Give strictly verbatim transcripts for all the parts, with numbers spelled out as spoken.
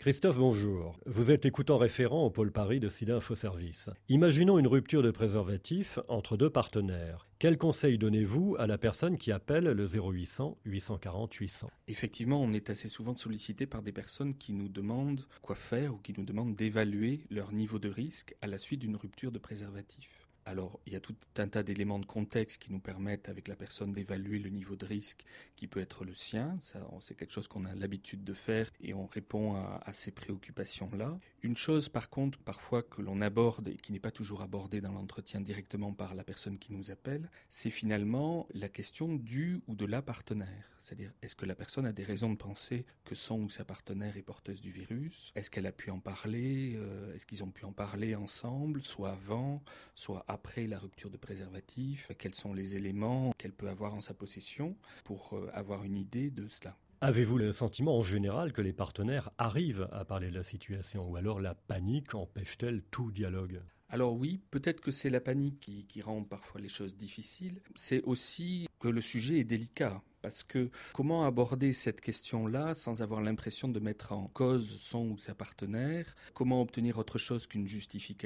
Christophe, bonjour. Vous êtes écoutant référent au pôle Paris de SIDA Info Service. Imaginons une rupture de préservatif entre deux partenaires. Quel conseil donnez-vous à la personne qui appelle le zéro huit cents huit cent quarante huit cents ? Effectivement, on est assez souvent sollicité par des personnes qui nous demandent quoi faire ou qui nous demandent d'évaluer leur niveau de risque à la suite d'une rupture de préservatif. Alors, il y a tout un tas d'éléments de contexte qui nous permettent, avec la personne, d'évaluer le niveau de risque qui peut être le sien. Ça, c'est quelque chose qu'on a l'habitude de faire et on répond à, à ces préoccupations-là. Une chose, par contre, parfois que l'on aborde et qui n'est pas toujours abordée dans l'entretien directement par la personne qui nous appelle, c'est finalement la question du ou de la partenaire. C'est-à-dire, est-ce que la personne a des raisons de penser que son ou sa partenaire est porteuse du virus ? Est-ce qu'elle a pu en parler ? euh, Est-ce qu'ils ont pu en parler ensemble, soit avant, soit après la rupture de préservatif, quels sont les éléments qu'elle peut avoir en sa possession pour avoir une idée de cela. Avez-vous le sentiment en général que les partenaires arrivent à parler de la situation ou alors la panique empêche-t-elle tout dialogue ? Alors oui, peut-être que c'est la panique qui, qui rend parfois les choses difficiles. C'est aussi que le sujet est délicat. Parce que comment aborder cette question-là sans avoir l'impression de mettre en cause son ou sa partenaire ? Comment obtenir autre chose qu'une justification ?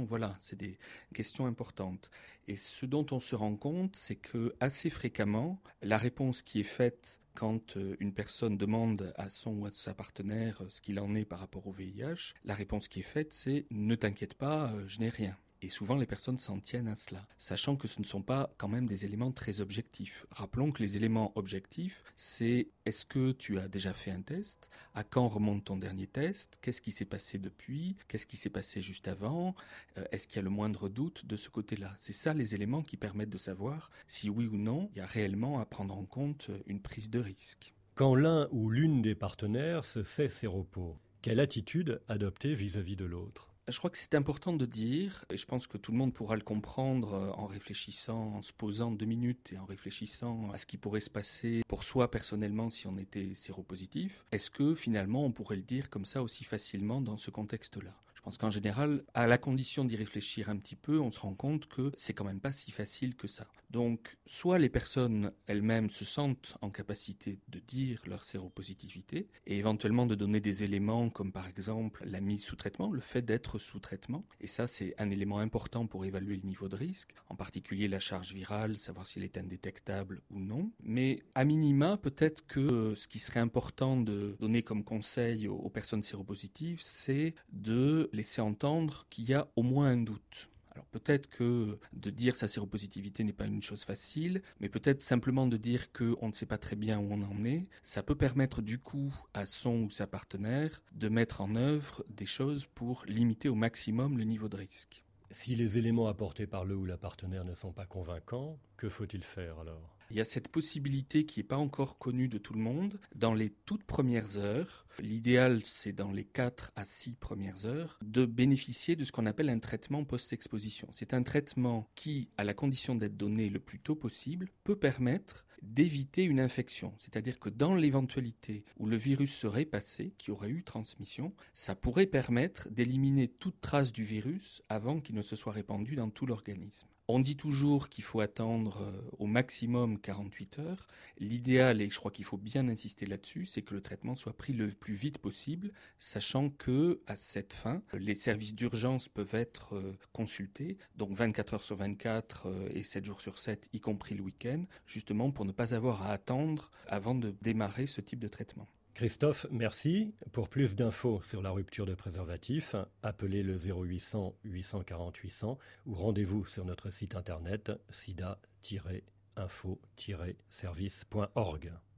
Voilà, c'est des questions importantes. Et ce dont on se rend compte, c'est que assez fréquemment, la réponse qui est faite quand une personne demande à son ou à sa partenaire ce qu'il en est par rapport au V I H, la réponse qui est faite, c'est « ne t'inquiète pas, je n'ai rien ». Et souvent, les personnes s'en tiennent à cela, sachant que ce ne sont pas quand même des éléments très objectifs. Rappelons que les éléments objectifs, c'est est-ce que tu as déjà fait un test ? À quand remonte ton dernier test ? Qu'est-ce qui s'est passé depuis ? Qu'est-ce qui s'est passé juste avant ? euh, Est-ce qu'il y a le moindre doute de ce côté-là ? C'est ça les éléments qui permettent de savoir si oui ou non, il y a réellement à prendre en compte une prise de risque. Quand l'un ou l'une des partenaires se sait séropos, quelle attitude adopter vis-à-vis de l'autre ? Je crois que c'est important de dire, et je pense que tout le monde pourra le comprendre en réfléchissant, en se posant deux minutes et en réfléchissant à ce qui pourrait se passer pour soi personnellement si on était séropositif. Est-ce que finalement on pourrait le dire comme ça aussi facilement dans ce contexte-là ? Je pense qu'en général, à la condition d'y réfléchir un petit peu, on se rend compte que c'est quand même pas si facile que ça. Donc, soit les personnes elles-mêmes se sentent en capacité de dire leur séropositivité et éventuellement de donner des éléments comme par exemple la mise sous traitement, le fait d'être sous traitement. Et ça, c'est un élément important pour évaluer le niveau de risque, en particulier la charge virale, savoir si elle est indétectable ou non. Mais à minima, peut-être que ce qui serait important de donner comme conseil aux, aux personnes séropositives, c'est de laisser entendre qu'il y a au moins un doute. Alors peut-être que de dire sa séropositivité n'est pas une chose facile, mais peut-être simplement de dire qu'on ne sait pas très bien où on en est, ça peut permettre du coup à son ou sa partenaire de mettre en œuvre des choses pour limiter au maximum le niveau de risque. Si les éléments apportés par le ou la partenaire ne sont pas convaincants, que faut-il faire alors ? Il y a cette possibilité qui n'est pas encore connue de tout le monde. Dans les toutes premières heures, l'idéal c'est dans les quatre à six premières heures, de bénéficier de ce qu'on appelle un traitement post-exposition. C'est un traitement qui, à la condition d'être donné le plus tôt possible, peut permettre d'éviter une infection. C'est-à-dire que dans l'éventualité où le virus serait passé, qui aurait eu transmission, ça pourrait permettre d'éliminer toute trace du virus avant qu'il ne se soit répandu dans tout l'organisme. On dit toujours qu'il faut attendre au maximum quarante-huit heures. L'idéal, et je crois qu'il faut bien insister là-dessus, c'est que le traitement soit pris le plus vite possible, sachant que à cette fin, les services d'urgence peuvent être consultés, donc vingt-quatre heures sur vingt-quatre et sept jours sur sept, y compris le week-end, justement pour ne pas avoir à attendre avant de démarrer ce type de traitement. Christophe, merci. Pour plus d'infos sur la rupture de préservatif, appelez le zéro huit cents huit cent quarante huit cents ou rendez-vous sur notre site internet sida tiret info tiret service point org.